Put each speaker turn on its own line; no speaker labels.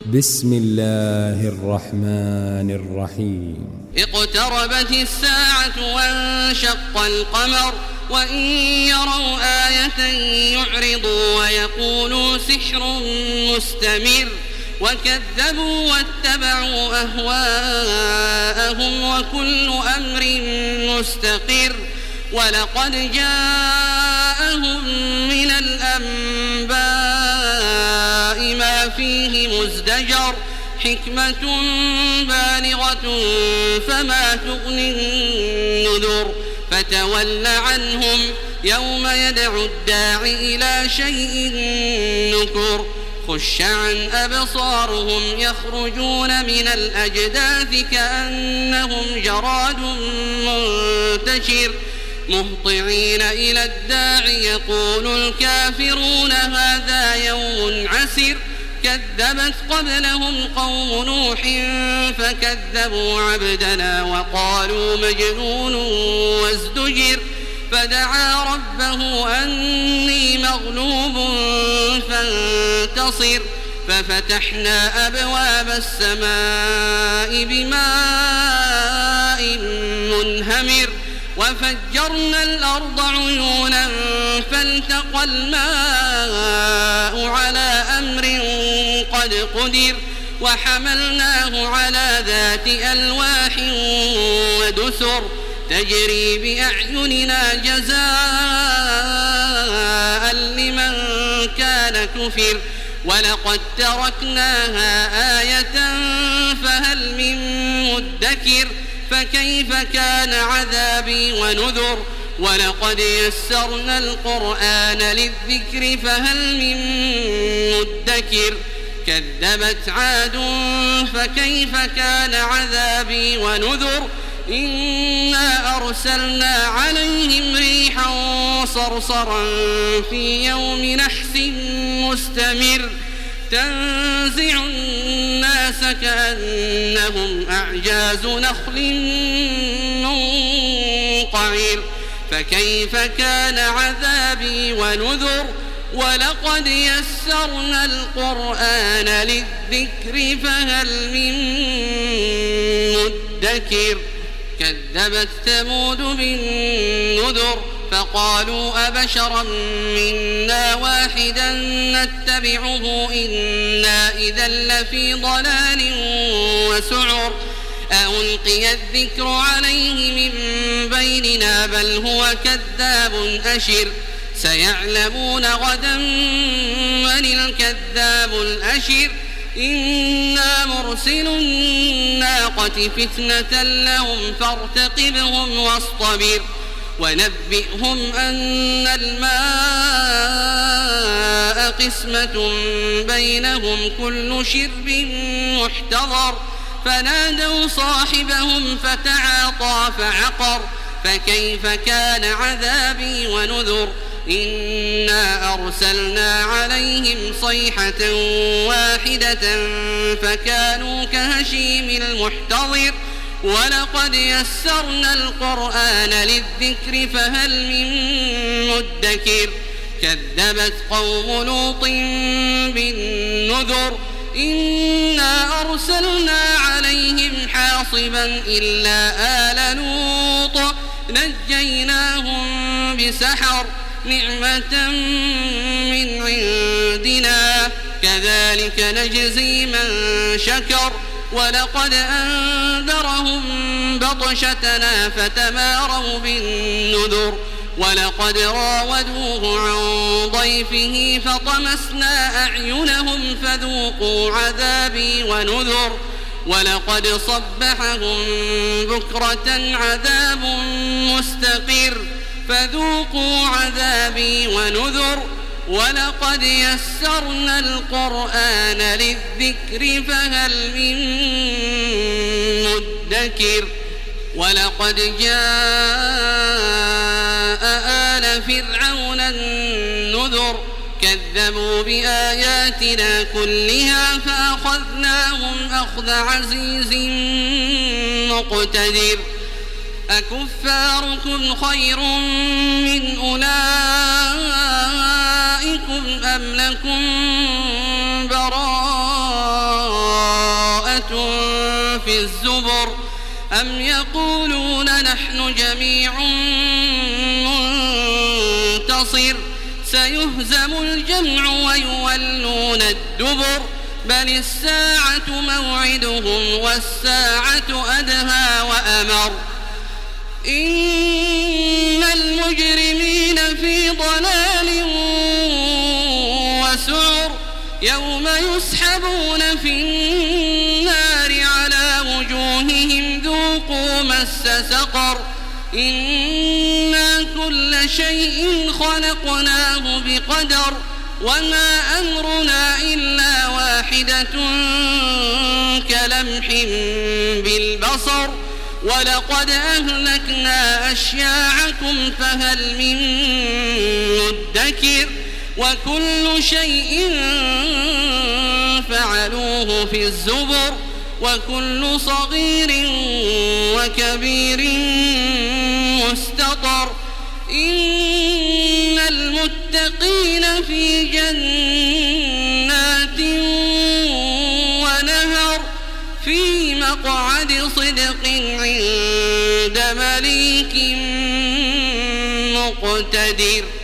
بسم الله الرحمن الرحيم.
اقتربت الساعة وانشق القمر وإن يروا آية يعرضوا ويقولوا سحر مستمر وكذبوا واتبعوا أهواءهم وكل أمر مستقر ولقد جاءهم من الأنباء ما فيه مزدجر حكمة بالغة فما تغني النذر فتول عنهم يوم يدعو الداعي إلى شيء نكر خش عن أبصارهم يخرجون من الأجداث كأنهم جراد منتشر مهطعين إلى الداعي يقول الكافرون هذا يوم عسر كذبت قبلهم قوم نوح فكذبوا عبدنا وقالوا مجنون وازدجر فدعا ربه أني مغلوب فانتصر ففتحنا أبواب السماء بماء منهمر وفجرنا الأرض عيونا فالتقى الماء على أمر قد قدر وحملناه على ذات ألواح ودسر تجري بأعيننا جزاء لمن كان كفر ولقد تركناها آية فهل من مدكر فكيف كان عذابي ونذر ولقد يسرنا القرآن للذكر فهل من مدكر كذبت عاد فكيف كان عذابي ونذر إنا أرسلنا عليهم ريحا صرصرا في يوم نحس مستمر تنزع الناس كأنهم أعجاز نخل منقعر فكيف كان عذابي ونذر ولقد يسرنا القرآن للذكر فهل من مدكر كذبت ثمود بالنذر فقالوا أبشرا منا واحدا نتبعه إنا إذا لفي ضلال وسعر ألقي الذكر عليه من بيننا بل هو كذاب أشر سيعلمون غدا من الكذاب الأشر إنا مرسل الناقة فتنة لهم فارتقبهم واصطبر ونبئهم أن الماء قسمة بينهم كل شرب محتضر فنادوا صاحبهم فتعاطى فعقر فكيف كان عذابي ونذر إنا أرسلنا عليهم صيحة واحدة فكانوا كهشيم المحتضر ولقد يسرنا القرآن للذكر فهل من مدكر كذبت قوم لوط بالنذر إنا أرسلنا عليهم حاصبا إلا آل لوط نجيناهم بسحر نعمة من عندنا كذلك نجزي من شكر ولقد أنذرهم بطشتنا فتماروا بالنذر ولقد راودوه عن ضيفه فطمسنا أعينهم فذوقوا عذابي ونذر ولقد صبحهم بكرة عذاب مستقر فذوقوا عذابي ونذر ولقد يسرنا القرآن للذكر فهل من مدكر ولقد جاء آل فرعون النذر كذبوا بآياتنا كلها فأخذناهم أخذ عزيز مقتدر أكفاركم خير من أولئكم أم لكم براءة في الزبر أم يقولون نحن جميع منتصر سيهزم الجمع ويولون الدبر بل الساعة موعدهم والساعة أدهى وأمر إن المجرمين في ضلال وسعر يوم يسحبون في النار على وجوههم ذوقوا مس سقر إنا كل شيء خلقناه بقدر وما أمرنا إلا واحدة كلمح بالبصر ولقد أهلكنا أشياعكم فهل من مدكر وكل شيء فعلوه في الزبر وكل صغير وكبير مستطر إن المتقين في جنات ونهر في مقعد صدق عند مليك مقتدر.